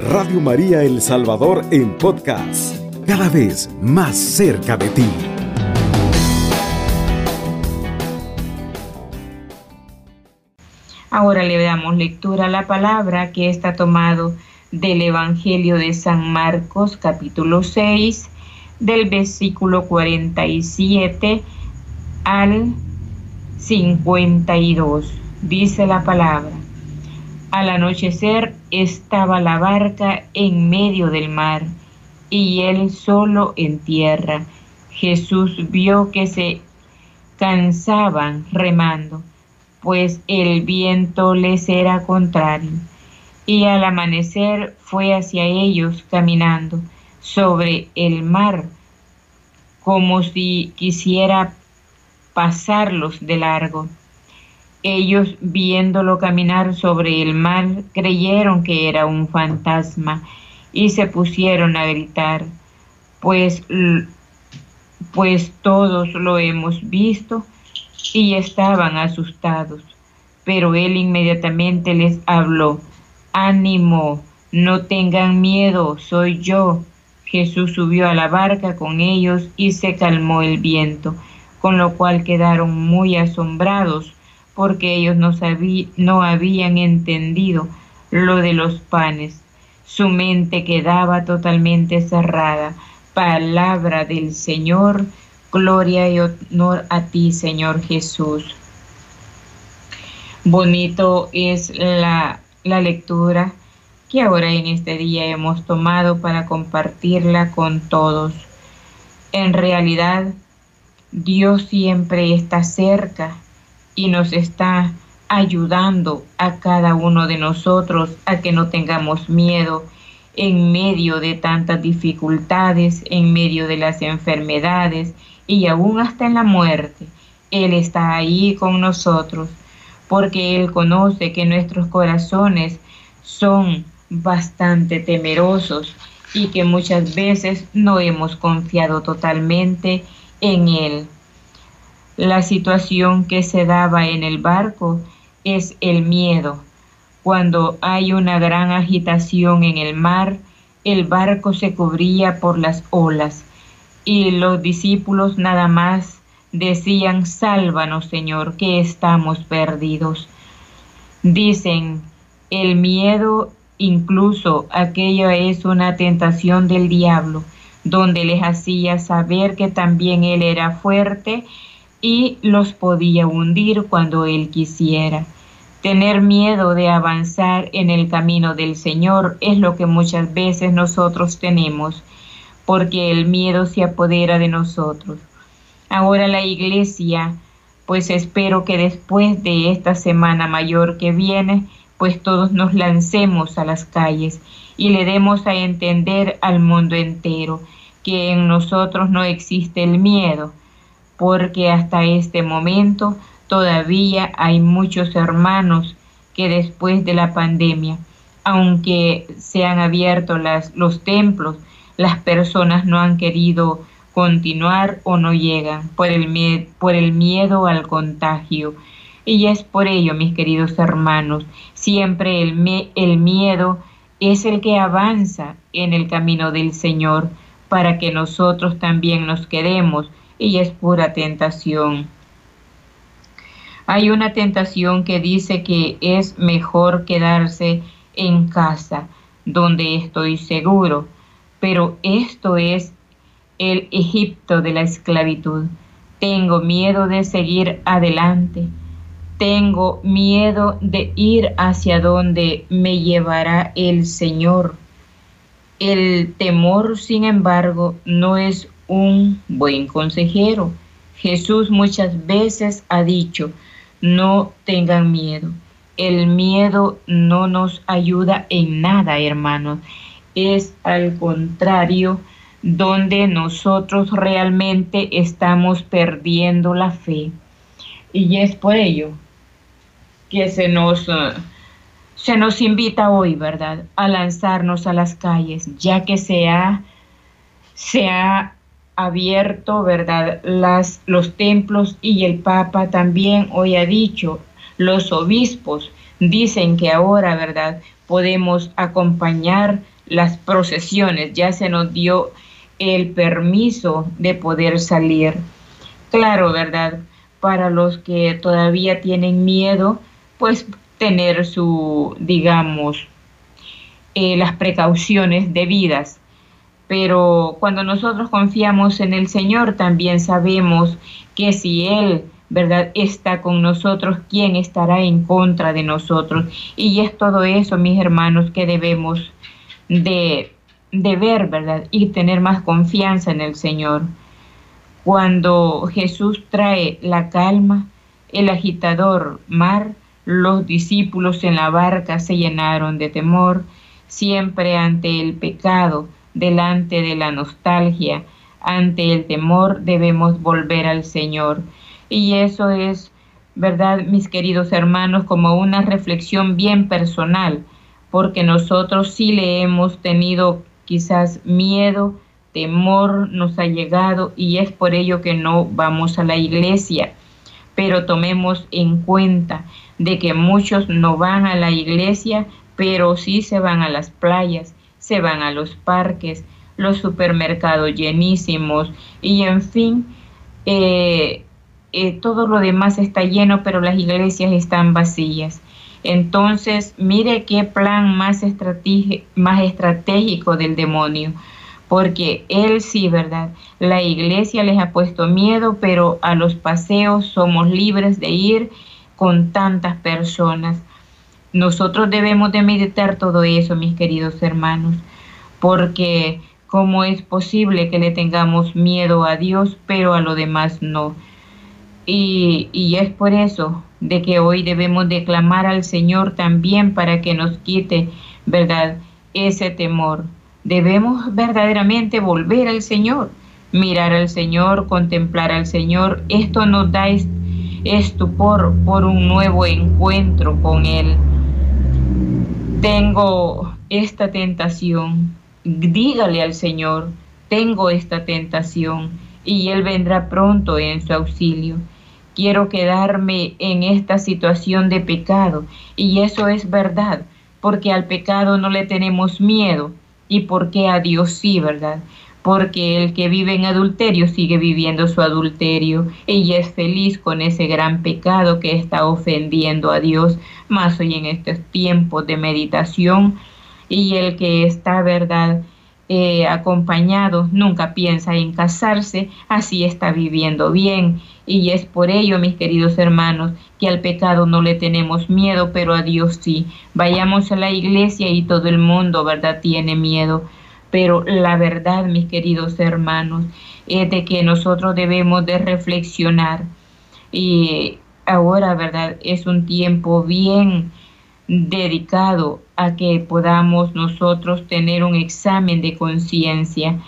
Radio María El Salvador en podcast, cada vez más cerca de ti. Ahora le damos lectura a la palabra que está tomado del Evangelio de San Marcos, capítulo 6, del versículo 47 al 52. Dice la palabra: al anochecer estaba la barca en medio del mar y él solo en tierra. Jesús vio que se cansaban remando, pues el viento les era contrario, y al amanecer fue hacia ellos caminando sobre el mar, como si quisiera pasarlos de largo. Ellos, viéndolo caminar sobre el mar, creyeron que era un fantasma y se pusieron a gritar, pues todos lo hemos visto, y estaban asustados. Pero él inmediatamente les habló: ánimo, no tengan miedo, soy yo. Jesús subió a la barca con ellos y se calmó el viento, con lo cual quedaron muy asombrados, porque ellos no habían entendido lo de los panes. Su mente quedaba totalmente cerrada. Palabra del Señor. Gloria y honor a ti, Señor Jesús. Bonito es la lectura que ahora en este día hemos tomado para compartirla con todos. En realidad, Dios siempre está cerca y nos está ayudando a cada uno de nosotros a que no tengamos miedo en medio de tantas dificultades, en medio de las enfermedades y aún hasta en la muerte. Él está ahí con nosotros, porque Él conoce que nuestros corazones son bastante temerosos y que muchas veces no hemos confiado totalmente en Él. La situación que se daba en el barco es el miedo. Cuando hay una gran agitación en el mar, el barco se cubría por las olas y los discípulos nada más decían: sálvanos, Señor, que estamos perdidos. Dicen, el miedo, incluso aquello es una tentación del diablo, donde les hacía saber que también él era fuerte y los podía hundir cuando él quisiera. Tener miedo de avanzar en el camino del Señor es lo que muchas veces nosotros tenemos, porque el miedo se apodera de nosotros. Ahora la iglesia, pues espero que después de esta Semana Mayor que viene, pues todos nos lancemos a las calles y le demos a entender al mundo entero que en nosotros no existe el miedo, porque hasta este momento todavía hay muchos hermanos que después de la pandemia, aunque se han abierto los templos, las personas no han querido continuar o no llegan por el miedo al contagio. Y es por ello, mis queridos hermanos, siempre el miedo es el que avanza en el camino del Señor para que nosotros también nos quedemos, y es pura tentación. Hay una tentación que dice que es mejor quedarse en casa, donde estoy seguro, pero esto es el Egipto de la esclavitud. Tengo miedo de seguir adelante. Tengo miedo de ir hacia donde me llevará el Señor. El temor, sin embargo, no es un buen consejero. Jesús muchas veces ha dicho: no tengan miedo. El miedo no nos ayuda en nada, hermanos. Es al contrario, donde nosotros realmente estamos perdiendo la fe. Y es por ello que se nos invita hoy, ¿verdad?, a lanzarnos a las calles, ya que se ha abierto, ¿verdad?, los templos, y el Papa también hoy ha dicho, los obispos dicen que ahora, ¿verdad?, podemos acompañar las procesiones, ya se nos dio el permiso de poder salir. Claro, ¿verdad? Para los que todavía tienen miedo, pues tener digamos, las precauciones debidas. Pero cuando nosotros confiamos en el Señor, también sabemos que si Él, ¿verdad?, está con nosotros, ¿quién estará en contra de nosotros? Y es todo eso, mis hermanos, que debemos de ver, ¿verdad?, y tener más confianza en el Señor. Cuando Jesús trae la calma, el agitador mar, los discípulos en la barca se llenaron de temor, siempre ante el pecado, delante de la nostalgia, ante el temor debemos volver al Señor. Y eso es, ¿verdad, mis queridos hermanos?, como una reflexión bien personal, porque nosotros sí le hemos tenido quizás miedo, temor nos ha llegado y es por ello que no vamos a la iglesia. Pero tomemos en cuenta de que muchos no van a la iglesia, pero sí se van a las playas, se van a los parques, los supermercados llenísimos y en fin, todo lo demás está lleno, pero las iglesias están vacías. Entonces, mire qué plan más estratégico del demonio, porque él sí, ¿verdad? La iglesia les ha puesto miedo, pero a los paseos somos libres de ir con tantas personas. Nosotros debemos de meditar todo eso, mis queridos hermanos, porque ¿cómo es posible que le tengamos miedo a Dios, pero a lo demás no? Y es por eso de que hoy debemos de clamar al Señor también para que nos quite, ¿verdad?, ese temor. Debemos verdaderamente volver al Señor, mirar al Señor, contemplar al Señor. Esto nos da estupor por un nuevo encuentro con Él. Tengo esta tentación, dígale al Señor, tengo esta tentación y Él vendrá pronto en su auxilio. Quiero quedarme en esta situación de pecado y eso es verdad, porque al pecado no le tenemos miedo y porque a Dios sí, ¿verdad? Porque el que vive en adulterio sigue viviendo su adulterio y es feliz con ese gran pecado que está ofendiendo a Dios, más hoy en estos tiempos de meditación. Y el que está, ¿verdad?, acompañado, nunca piensa en casarse, así está viviendo bien. Y es por ello, mis queridos hermanos, que al pecado no le tenemos miedo, pero a Dios sí. Vayamos a la iglesia y todo el mundo, ¿verdad?, tiene miedo. Pero la verdad, mis queridos hermanos, es de que nosotros debemos de reflexionar. Y ahora, ¿verdad?, es un tiempo bien dedicado a que podamos nosotros tener un examen de conciencia.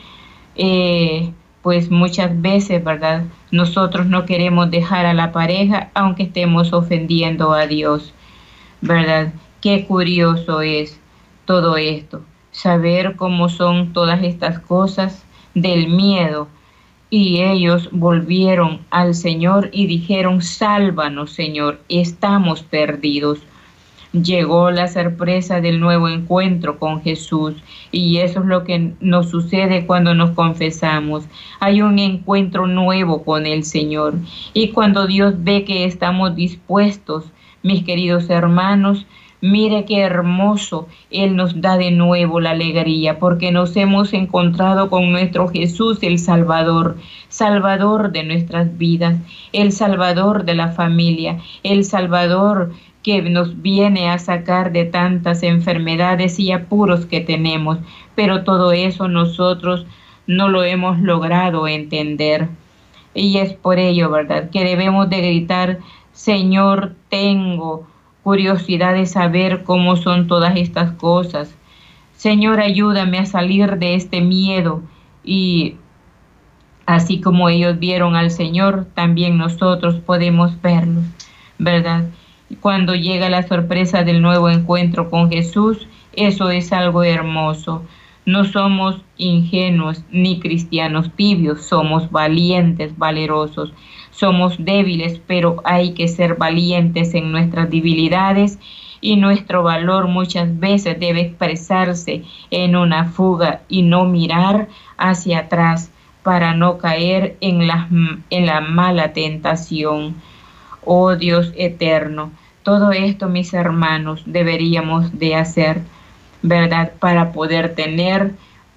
Pues muchas veces, ¿verdad?, nosotros no queremos dejar a la pareja aunque estemos ofendiendo a Dios, ¿verdad? Qué curioso es todo esto, saber cómo son todas estas cosas del miedo. Y ellos volvieron al Señor y dijeron: sálvanos, Señor, estamos perdidos. Llegó la sorpresa del nuevo encuentro con Jesús y eso es lo que nos sucede cuando nos confesamos. Hay un encuentro nuevo con el Señor y cuando Dios ve que estamos dispuestos, mis queridos hermanos, mire qué hermoso, Él nos da de nuevo la alegría porque nos hemos encontrado con nuestro Jesús, el Salvador, Salvador de nuestras vidas, el Salvador de la familia, el Salvador que nos viene a sacar de tantas enfermedades y apuros que tenemos, pero todo eso nosotros no lo hemos logrado entender. Y es por ello, ¿verdad?, que debemos de gritar: Señor, tengo curiosidad de saber cómo son todas estas cosas. Señor, ayúdame a salir de este miedo. Y así como ellos vieron al Señor, también nosotros podemos verlo, ¿verdad? Cuando llega la sorpresa del nuevo encuentro con Jesús, eso es algo hermoso. No somos ingenuos ni cristianos tibios, somos valientes, valerosos. Somos débiles, pero hay que ser valientes en nuestras debilidades y nuestro valor muchas veces debe expresarse en una fuga y no mirar hacia atrás para no caer en la mala tentación. Oh Dios eterno, todo esto, mis hermanos, deberíamos de hacer, ¿verdad? Para poder tener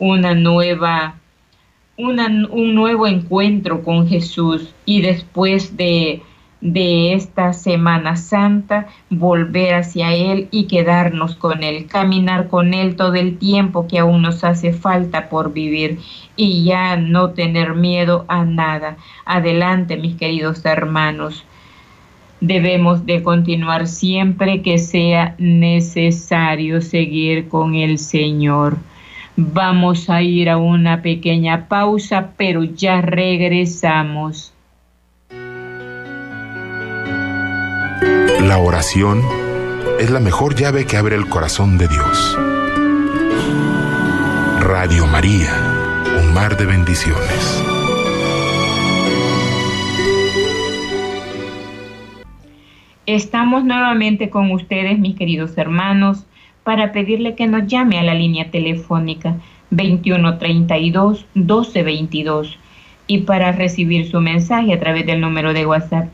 un nuevo encuentro con Jesús y después de esta Semana Santa volver hacia Él y quedarnos con Él, caminar con Él todo el tiempo que aún nos hace falta por vivir y ya no tener miedo a nada. Adelante, mis queridos hermanos. Debemos de continuar siempre que sea necesario seguir con el Señor. Vamos a ir a una pequeña pausa, pero ya regresamos. La oración es la mejor llave que abre el corazón de Dios. Radio María, un mar de bendiciones. Estamos nuevamente con ustedes, mis queridos hermanos, para pedirle que nos llame a la línea telefónica 2132-1222 y para recibir su mensaje a través del número de WhatsApp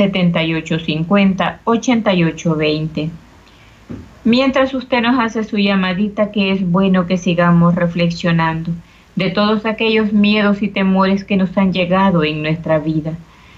7850-8820. Mientras usted nos hace su llamadita, que es bueno que sigamos reflexionando de todos aquellos miedos y temores que nos han llegado en nuestra vida.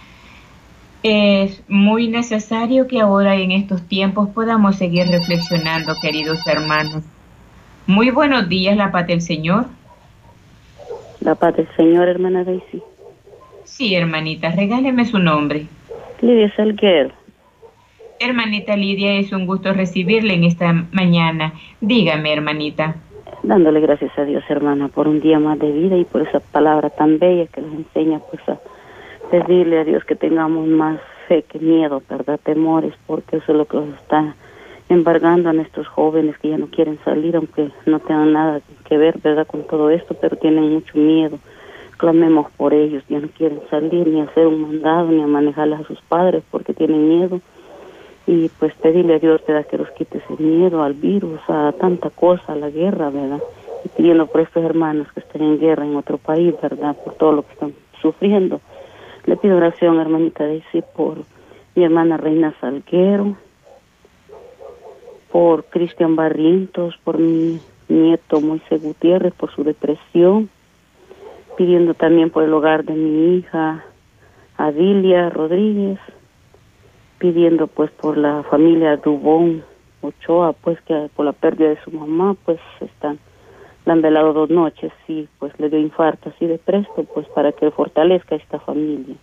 Es muy necesario que ahora en estos tiempos podamos seguir reflexionando, queridos hermanos. Muy buenos días, la paz del Señor. La paz del Señor, hermana Daisy. Sí, hermanita, regáleme su nombre. Lidia Salguero. Hermanita Lidia, es un gusto recibirle en esta mañana. Dígame, hermanita. Dándole gracias a Dios, hermana, por un día más de vida y por esa palabra tan bella que nos enseña, pues, a pedirle a Dios que tengamos más fe que miedo, ¿verdad? Temores, porque eso es lo que nos está embargando a nuestros jóvenes que ya no quieren salir, aunque no tengan nada que ver, ¿verdad?, con todo esto, pero tienen mucho miedo. Clamemos por ellos, ya no quieren salir ni a hacer un mandado, ni a manejarles a sus padres porque tienen miedo. Y pues pedirle a Dios, ¿verdad?, que los quite ese miedo al virus, a tanta cosa, a la guerra, ¿verdad? Y pidiendo por estos hermanos que están en guerra en otro país, ¿verdad?, por todo lo que están sufriendo. Le pido oración, hermanita Daisy, por mi hermana Reina Salguero, por Cristian Barrientos, por mi nieto Moisés Gutiérrez, por su depresión, pidiendo también por el hogar de mi hija Adilia Rodríguez, pidiendo pues por la familia Dubón Ochoa, pues que por la pérdida de su mamá, pues la han velado 2 noches y pues le dio infarto así de presto, pues para que fortalezca esta familia.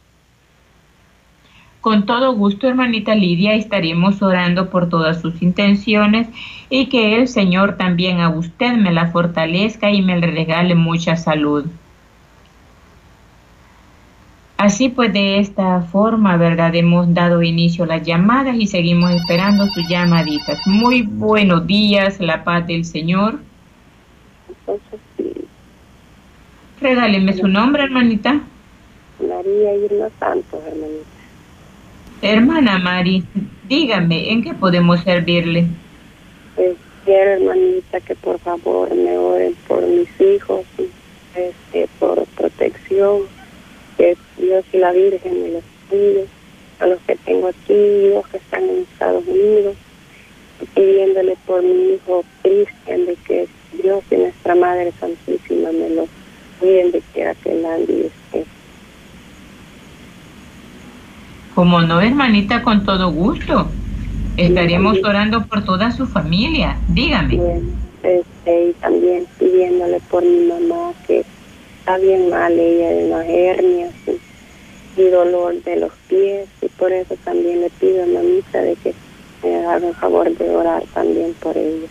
Con todo gusto, hermanita Lidia, estaremos orando por todas sus intenciones y que el Señor también a usted me la fortalezca y me le regale mucha salud. Así pues, de esta forma, ¿verdad?, hemos dado inicio a las llamadas y seguimos esperando sus llamaditas. Muy buenos días, la paz del Señor. Entonces, sí. Regáleme su nombre, hermanita. María Irma Santos, hermanita. Hermana Mari, dígame, ¿en qué podemos servirle? Pues quiero, hermanita, que por favor me oren por mis hijos, por protección, que Dios y la Virgen me los cuide, a los que tengo aquí, 2 que están en Estados Unidos, pidiéndole por mi hijo Cristian, de que Dios y nuestra Madre Santísima me lo cuiden de quiera que él ande y esté. Como no, hermanita, con todo gusto. Estaremos orando por toda su familia. Dígame. Bien, y también pidiéndole por mi mamá, que está bien mal ella de una hernia y dolor de los pies, y por eso también le pido a mamita de que me haga el favor de orar también por ella.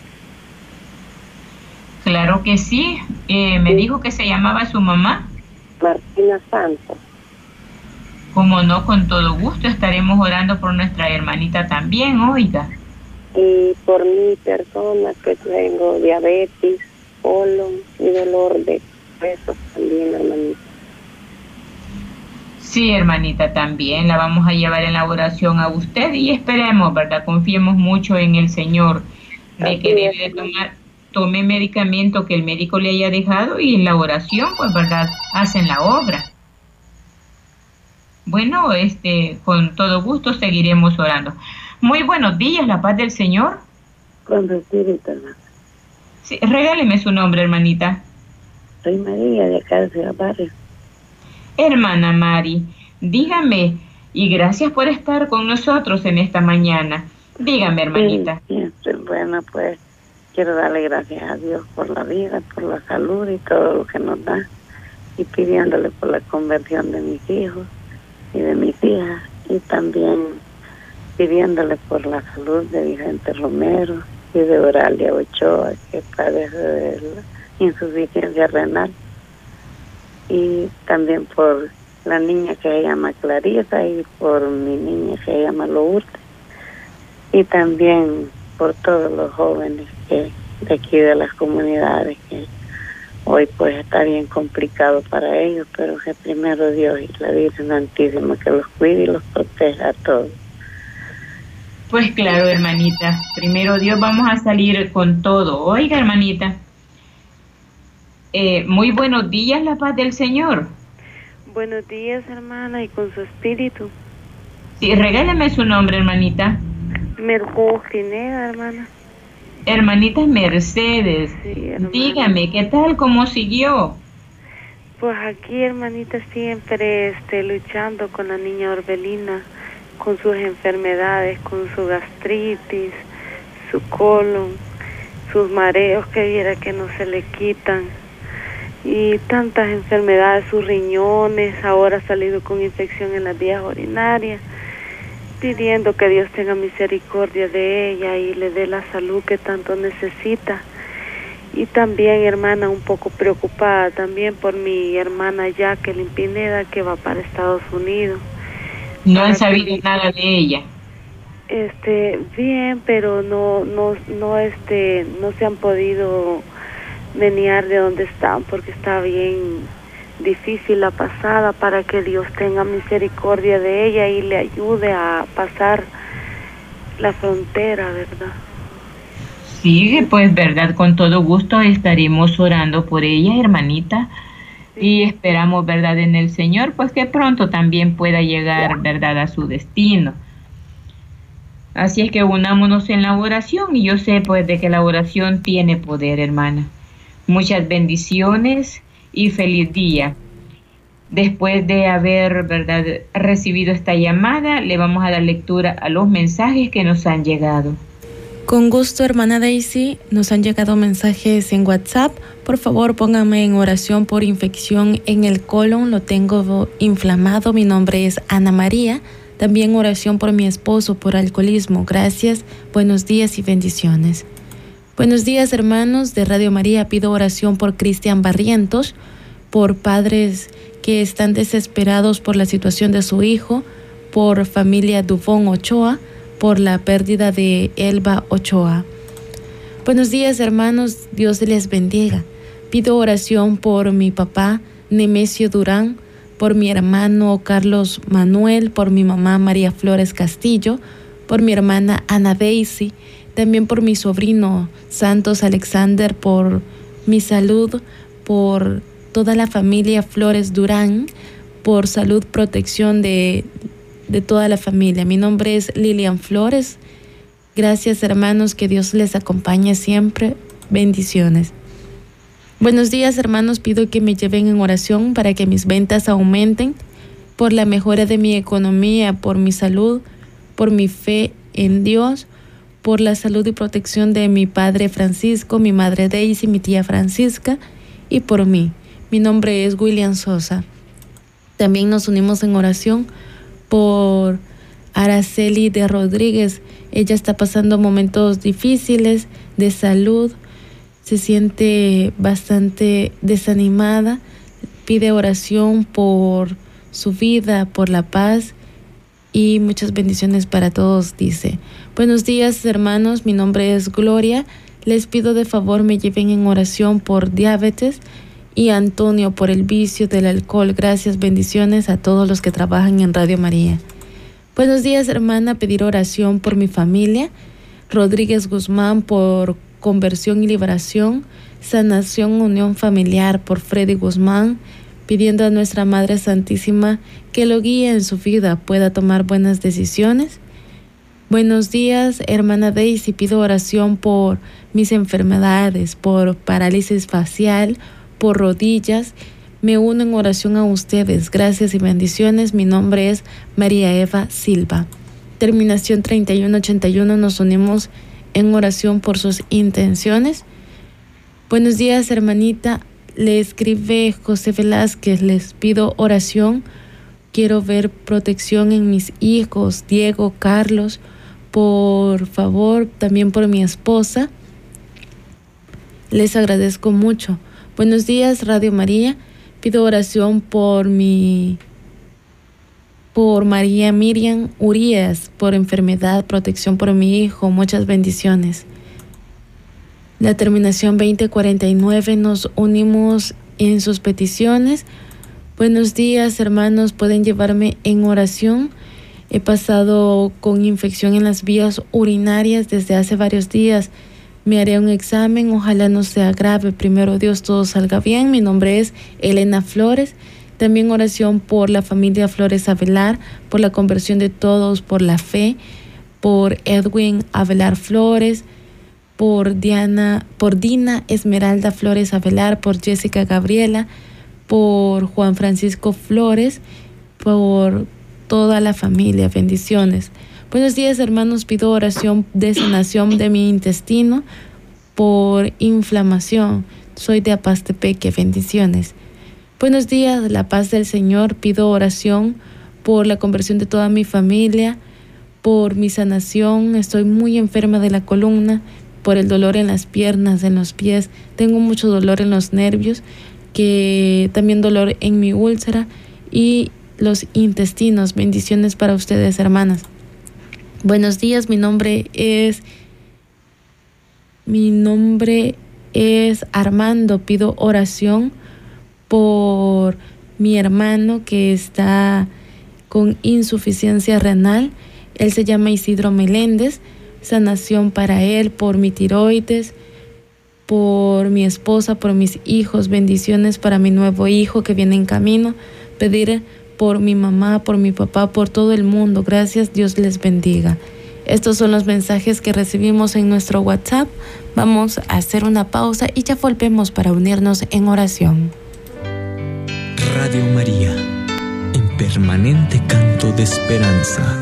Claro que sí. Me dijo que se llamaba su mamá. Martina Santos. Como no, con todo gusto estaremos orando por nuestra hermanita también, oiga. Y por mi persona, que tengo diabetes, colon y dolor de huesos también, hermanita. Sí, hermanita, también la vamos a llevar en la oración a usted y esperemos, ¿verdad? Confiemos mucho en el Señor de que debe de tome medicamento que el médico le haya dejado y en la oración, pues, ¿verdad? Hacen la obra. Bueno, con todo gusto seguiremos orando. Muy buenos días, la paz del Señor. Con tu espíritu, hermana. Sí, regáleme su nombre, hermanita. Soy María, de acá de Ciudad Barrio. Hermana Mari, dígame, y gracias por estar con nosotros en esta mañana. Dígame, hermanita. Sí, bueno, pues quiero darle gracias a Dios por la vida, por la salud y todo lo que nos da, y pidiéndole por la conversión de mis hijos y de mis hijas, y también pidiéndole por la salud de Vicente Romero y de Oralia Ochoa, que padece de la insuficiencia renal, y también por la niña que se llama Clarisa y por mi niña que se llama Lourdes, y también por todos los jóvenes que de aquí de las comunidades, que hoy pues está bien complicado para ellos, pero que primero Dios y la Virgen Santísima que los cuide y los proteja a todos. Pues claro, hermanita, primero Dios, vamos a salir con todo. Oiga, hermanita, muy buenos días, la paz del Señor. Buenos días, hermana, y con su espíritu. Sí, regálame su nombre, hermanita. Mercedes Pineda, hermana. Hermanita Mercedes, Sí, hermana. Dígame, ¿qué tal? ¿Cómo siguió? Pues aquí, hermanita, siempre luchando con la niña Orbelina, con sus enfermedades, con su gastritis, su colon, sus mareos que viera que no se le quitan, y tantas enfermedades, sus riñones, ahora ha salido con infección en las vías urinarias, pidiendo que Dios tenga misericordia de ella y le dé la salud que tanto necesita. Y también, hermana, un poco preocupada también por mi hermana Jacqueline Pineda, que va para Estados Unidos. No han sabido nada de ella. Bien, pero no se han podido menear de donde están, porque está bien difícil la pasada, para que Dios tenga misericordia de ella y le ayude a pasar la frontera, ¿verdad? Sí, pues verdad, con todo gusto estaremos orando por ella, hermanita, y esperamos, verdad, en el Señor, pues que pronto también pueda llegar, verdad, a su destino. Así es que unámonos en la oración, y yo sé, pues, de que la oración tiene poder, hermana. Muchas bendiciones y feliz día. Después de haber, verdad, recibido esta llamada, le vamos a dar lectura a los mensajes que nos han llegado. Con gusto, hermana Daisy, nos han llegado mensajes en WhatsApp. Por favor, pónganme en oración por infección en el colon, lo tengo inflamado. Mi nombre es Ana María. También oración por mi esposo por alcoholismo. Gracias, buenos días y bendiciones. Buenos días, hermanos de Radio María. Pido oración por Cristian Barrientos, por padres que están desesperados por la situación de su hijo, por familia Duvón Ochoa, por la pérdida de Elba Ochoa. Buenos días, hermanos, Dios les bendiga. Pido oración por mi papá Nemesio Durán, por mi hermano Carlos Manuel, por mi mamá María Flores Castillo, por mi hermana Ana Daisy, también por mi sobrino Santos Alexander, por mi salud, por toda la familia Flores Durán, por salud, protección de toda la familia. Mi nombre es Lilian Flores. Gracias, hermanos, que Dios les acompañe siempre. Bendiciones. Buenos días, hermanos. Pido que me lleven en oración para que mis ventas aumenten, por la mejora de mi economía, por mi salud, por mi fe en Dios, por la salud y protección de mi padre Francisco, mi madre Daisy, mi tía Francisca, y por mí. Mi nombre es William Sosa. También nos unimos en oración por Araceli de Rodríguez. Ella está pasando momentos difíciles de salud, se siente bastante desanimada, pide oración por su vida, por la paz y muchas bendiciones para todos, dice. Buenos días, hermanos, mi nombre es Gloria. Les pido de favor me lleven en oración por diabetes y Antonio por el vicio del alcohol. Gracias, bendiciones a todos los que trabajan en Radio María. Buenos días, hermana, pedir oración por mi familia. Rodríguez Guzmán por conversión y liberación. Sanación, unión familiar por Freddy Guzmán, pidiendo a nuestra Madre Santísima que lo guíe en su vida, pueda tomar buenas decisiones. Buenos días, hermana Daisy, pido oración por mis enfermedades, por parálisis facial, por rodillas. Me uno en oración a ustedes. Gracias y bendiciones. Mi nombre es María Eva Silva. Terminación 3181. Nos unimos en oración por sus intenciones. Buenos días, hermanita. Le escribe José Velázquez. Les pido oración. Quiero ver protección en mis hijos, Diego, Carlos. Por favor, también por mi esposa. Les agradezco mucho. Buenos días, Radio María. Pido oración por María Miriam Urias, por enfermedad, protección por mi hijo. Muchas bendiciones. La terminación 2049, nos unimos en sus peticiones. Buenos días, hermanos, pueden llevarme en oración. He pasado con infección en las vías urinarias desde hace varios días. Me haré un examen, ojalá no sea grave. Primero Dios, todo salga bien. Mi nombre es Elena Flores. También oración por la familia Flores Avelar, por la conversión de todos, por la fe, por Edwin Avelar Flores, por Dina Esmeralda Flores Avelar, por Jessica Gabriela, por Juan Francisco Flores, por toda la familia. Bendiciones. Buenos días, hermanos. Pido oración de sanación de mi intestino por inflamación. Soy de Apastepeque. Bendiciones. Buenos días, la paz del Señor. Pido oración por la conversión de toda mi familia, por mi sanación. Estoy muy enferma de la columna, por el dolor en las piernas, en los pies. Tengo mucho dolor en los nervios, también dolor en mi úlcera y los intestinos. Bendiciones para ustedes, hermanas. Buenos días, mi nombre es Armando. Pido oración por mi hermano que está con insuficiencia renal. Él se llama Isidro Meléndez. Sanación para él, por mi tiroides, por mi esposa, por mis hijos. Bendiciones para mi nuevo hijo que viene en camino. Pedir por mi mamá, por mi papá, por todo el mundo. Gracias, Dios les bendiga. Estos son los mensajes que recibimos en nuestro WhatsApp. Vamos a hacer una pausa y ya volvemos para unirnos en oración. Radio María, en permanente canto de esperanza.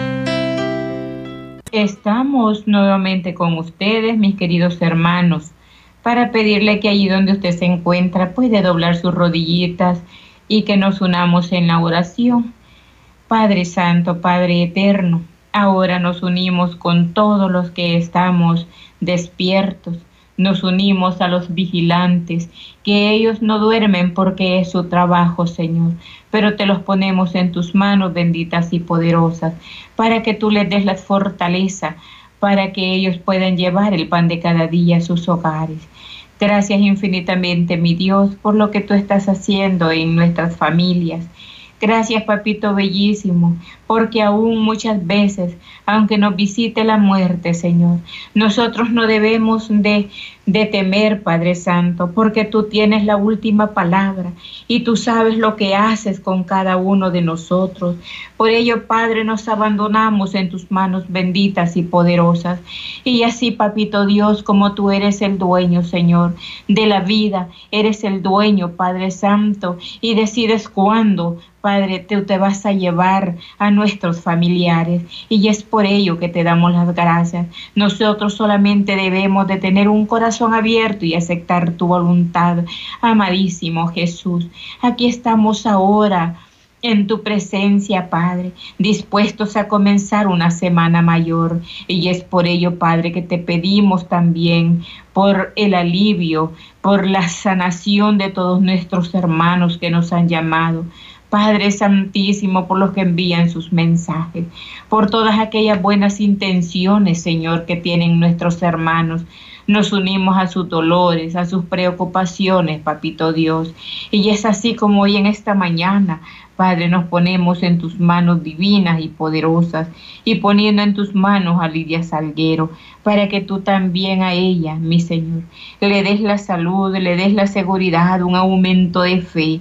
Estamos nuevamente con ustedes, mis queridos hermanos, para pedirle que allí donde usted se encuentra puede doblar sus rodillitas y que nos unamos en la oración. Padre Santo, Padre Eterno, ahora nos unimos con todos los que estamos despiertos. Nos unimos a los vigilantes, que ellos no duermen porque es su trabajo, Señor, pero te los ponemos en tus manos benditas y poderosas, para que tú les des la fortaleza, para que ellos puedan llevar el pan de cada día a sus hogares. Gracias infinitamente, mi Dios, por lo que tú estás haciendo en nuestras familias. Gracias, Papito Bellísimo, porque aún muchas veces, aunque nos visite la muerte, Señor, nosotros no debemos de temer, Padre Santo, porque tú tienes la última palabra y tú sabes lo que haces con cada uno de nosotros. Por ello, Padre, nos abandonamos en tus manos benditas y poderosas. Y así, Papito Dios, como tú eres el dueño, Señor, de la vida, eres el dueño, Padre Santo, y decides cuándo, Padre, tú te vas a llevar a nuestros familiares, y es por ello que te damos las gracias. Nosotros solamente debemos de tener un corazón abierto y aceptar tu voluntad, amadísimo Jesús. Aquí estamos ahora en tu presencia, Padre, dispuestos a comenzar una semana mayor, y es por ello, Padre, que te pedimos también por el alivio, por la sanación de todos nuestros hermanos que nos han llamado. Padre Santísimo, por los que envían sus mensajes, por todas aquellas buenas intenciones, Señor, que tienen nuestros hermanos. Nos unimos a sus dolores, a sus preocupaciones, Papito Dios. Y es así como hoy en esta mañana, Padre, nos ponemos en tus manos divinas y poderosas, y poniendo en tus manos a Lidia Salguero, para que tú también a ella, mi Señor, le des la salud, le des la seguridad, un aumento de fe.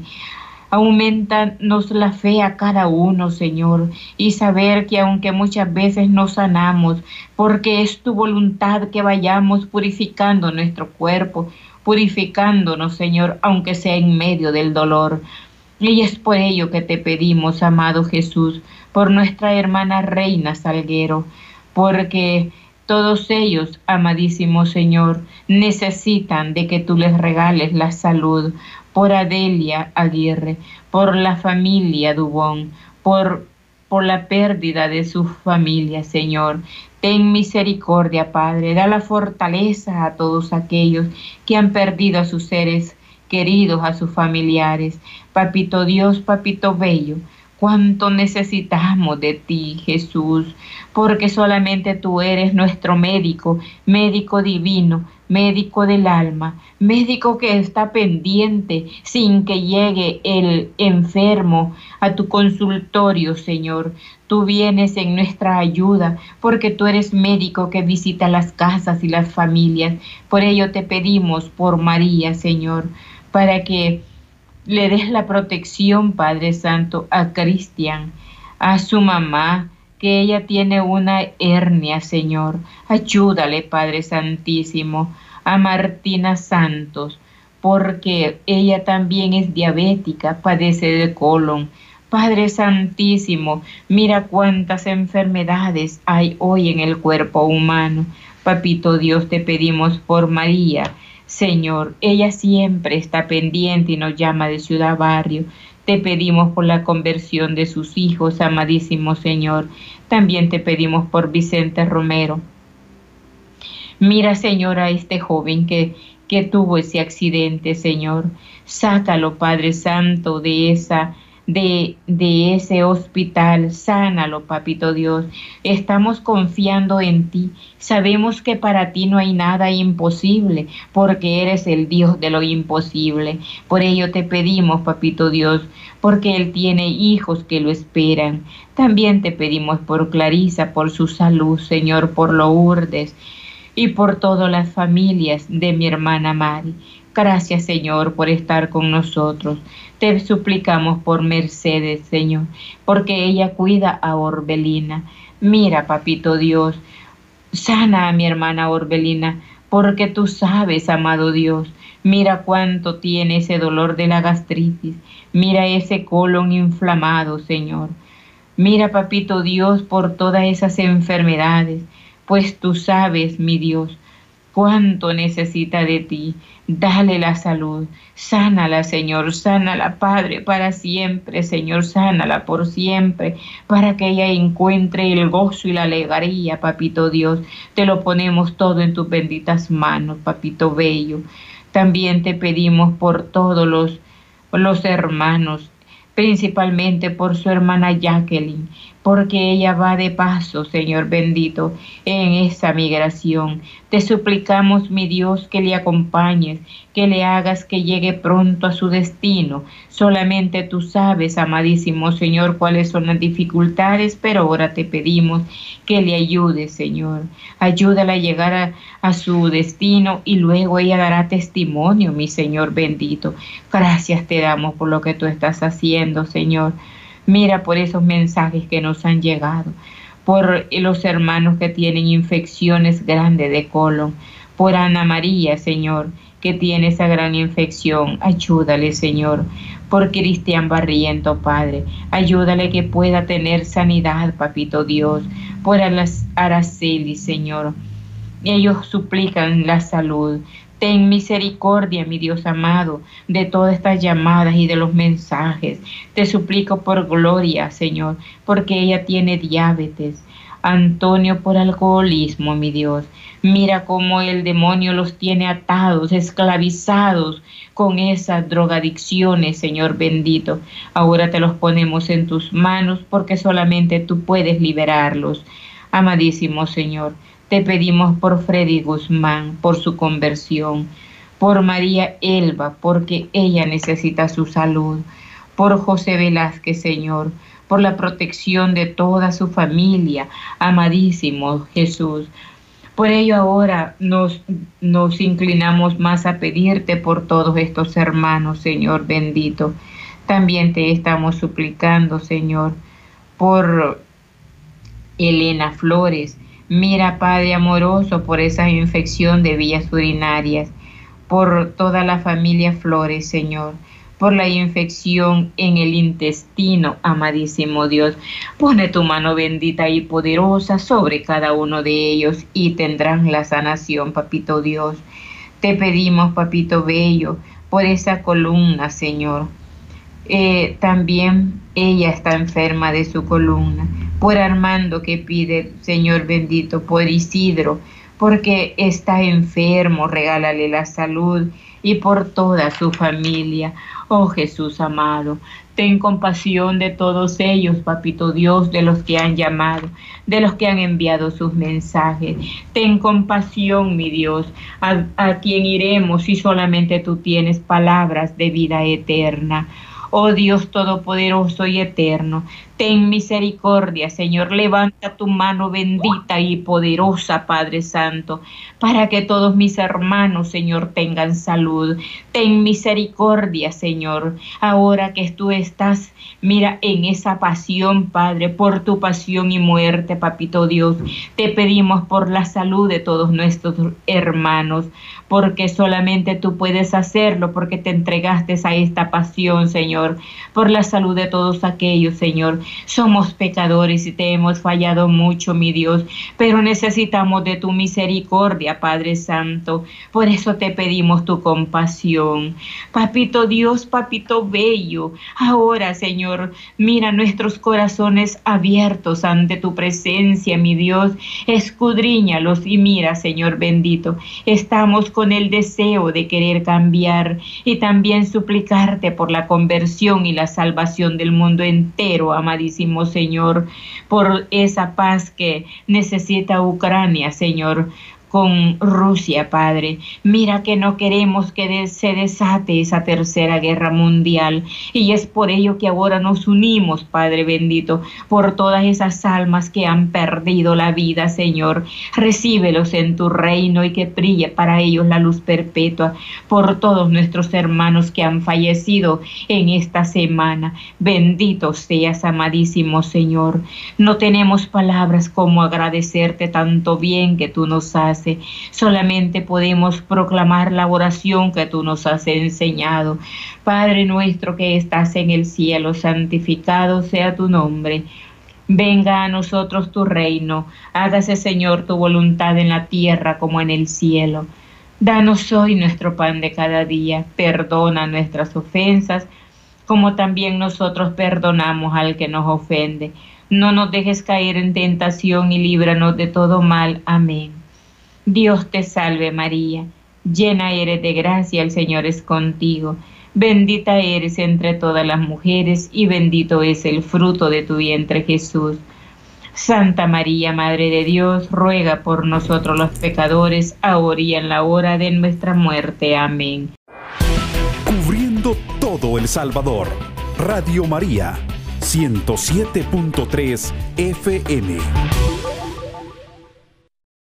Aumentanos la fe a cada uno, Señor, y saber que aunque muchas veces no sanamos, porque es tu voluntad que vayamos purificando nuestro cuerpo, purificándonos, Señor, aunque sea en medio del dolor. Y es por ello que te pedimos, amado Jesús, por nuestra hermana Reina Salguero, porque todos ellos, amadísimo Señor, necesitan de que tú les regales la salud. Por Adelia Aguirre, por la familia Dubón, por la pérdida de su familia, Señor. Ten misericordia, Padre, da la fortaleza a todos aquellos que han perdido a sus seres queridos, a sus familiares. Papito Dios, Papito Bello, cuánto necesitamos de ti, Jesús, porque solamente tú eres nuestro médico, médico divino, médico del alma, médico que está pendiente sin que llegue el enfermo a tu consultorio, Señor. Tú vienes en nuestra ayuda porque tú eres médico que visita las casas y las familias. Por ello te pedimos por María, Señor, para que le des la protección, Padre Santo, a Cristian, a su mamá, que ella tiene una hernia, Señor. Ayúdale, Padre Santísimo, a Martina Santos, porque ella también es diabética, padece de colon. Padre Santísimo, mira cuántas enfermedades hay hoy en el cuerpo humano. Papito Dios, te pedimos por María, Señor, ella siempre está pendiente y nos llama de ciudad a barrio. Te pedimos por la conversión de sus hijos, amadísimo Señor. También te pedimos por Vicente Romero. Mira, Señor, a este joven que tuvo ese accidente, Señor. Sácalo, Padre Santo, de ese hospital. Sánalo, Papito Dios. Estamos confiando en ti. Sabemos que para ti no hay nada imposible, porque eres el Dios de lo imposible. Por ello te pedimos, Papito Dios, porque él tiene hijos que lo esperan. También te pedimos por Clarisa, por su salud, Señor, por Lourdes y por todas las familias de mi hermana Mari. Gracias, Señor, por estar con nosotros. Te suplicamos por Mercedes, Señor, porque ella cuida a Orbelina. Mira, Papito Dios, sana a mi hermana Orbelina, porque tú sabes, amado Dios, mira cuánto tiene ese dolor de la gastritis. Mira ese colon inflamado, Señor. Mira, Papito Dios, por todas esas enfermedades, pues tú sabes, mi Dios, cuánto necesita de ti. Dale la salud, sánala, Señor, sánala, Padre, para siempre, Señor, sánala por siempre, para que ella encuentre el gozo y la alegría, Papito Dios. Te lo ponemos todo en tus benditas manos, Papito Bello. También te pedimos por todos los hermanos, principalmente por su hermana Jacqueline, porque ella va de paso, Señor bendito, en esa migración. Te suplicamos, mi Dios, que le acompañes, que le hagas que llegue pronto a su destino. Solamente tú sabes, amadísimo Señor, cuáles son las dificultades, pero ahora te pedimos que le ayudes, Señor. Ayúdala a llegar a su destino y luego ella dará testimonio, mi Señor bendito. Gracias te damos por lo que tú estás haciendo, Señor. Mira por esos mensajes que nos han llegado, por los hermanos que tienen infecciones grandes de colon, por Ana María, Señor, que tiene esa gran infección. Ayúdale, Señor, por Cristian Barriento, Padre. Ayúdale que pueda tener sanidad, Papito Dios, por Araceli, Señor. Ellos suplican la salud. Ten misericordia, mi Dios amado, de todas estas llamadas y de los mensajes. Te suplico por Gloria, Señor, porque ella tiene diabetes. Antonio por alcoholismo, mi Dios. Mira cómo el demonio los tiene atados, esclavizados con esas drogadicciones, Señor bendito. Ahora te los ponemos en tus manos porque solamente tú puedes liberarlos. Amadísimo Señor, te pedimos por Freddy Guzmán, por su conversión, por María Elba, porque ella necesita su salud, por José Velázquez, Señor, por la protección de toda su familia, amadísimo Jesús. Por ello ahora nos inclinamos más a pedirte por todos estos hermanos, Señor bendito. También te estamos suplicando, Señor, por Elena Flores. Mira, Padre amoroso, por esa infección de vías urinarias, por toda la familia Flores, Señor, por la infección en el intestino, amadísimo Dios. Pone tu mano bendita y poderosa sobre cada uno de ellos y tendrán la sanación, papito Dios. Te pedimos, papito bello, por esa columna, Señor. También ella está enferma de su columna. Por Armando que pide, Señor bendito, por Isidro, porque está enfermo, regálale la salud, y por toda su familia. Oh Jesús amado, ten compasión de todos ellos, papito Dios, de los que han llamado, de los que han enviado sus mensajes. Ten compasión, mi Dios, a quien iremos si solamente tú tienes palabras de vida eterna. Oh Dios todopoderoso y eterno, ten misericordia, Señor. Levanta tu mano bendita y poderosa, Padre Santo, para que todos mis hermanos, Señor, tengan salud. Ten misericordia, Señor, ahora que tú estás, mira, en esa pasión, Padre, por tu pasión y muerte, papito Dios. Te pedimos por la salud de todos nuestros hermanos, porque solamente tú puedes hacerlo, porque te entregaste a esta pasión, Señor, por la salud de todos aquellos, Señor. Somos pecadores y te hemos fallado mucho, mi Dios, pero necesitamos de tu misericordia, Padre Santo. Por eso te pedimos tu compasión. Papito Dios, papito bello, ahora, Señor, mira nuestros corazones abiertos ante tu presencia, mi Dios. Escudriñalos y mira, Señor bendito, estamos con el deseo de querer cambiar y también suplicarte por la conversión y la salvación del mundo entero, amadísimo Señor, por esa paz que necesita Ucrania, Señor, con Rusia, Padre. Mira que no queremos que se desate esa tercera guerra mundial, y es por ello que ahora nos unimos, Padre bendito, por todas esas almas que han perdido la vida, Señor. Recíbelos en tu reino y que brille para ellos la luz perpetua, por todos nuestros hermanos que han fallecido en esta semana. Bendito seas, amadísimo Señor. No tenemos palabras como agradecerte tanto bien que tú nos haces. Solamente podemos proclamar la oración que tú nos has enseñado. Padre nuestro que estás en el cielo, santificado sea tu nombre. Venga a nosotros tu reino. Hágase, Señor, tu voluntad en la tierra como en el cielo. Danos hoy nuestro pan de cada día. Perdona nuestras ofensas, como también nosotros perdonamos al que nos ofende. No nos dejes caer en tentación y líbranos de todo mal. Amén. Dios te salve María, llena eres de gracia, el Señor es contigo. Bendita eres entre todas las mujeres y bendito es el fruto de tu vientre Jesús. Santa María, Madre de Dios, ruega por nosotros los pecadores, ahora y en la hora de nuestra muerte. Amén. Cubriendo todo El Salvador, Radio María, 107.3 FM.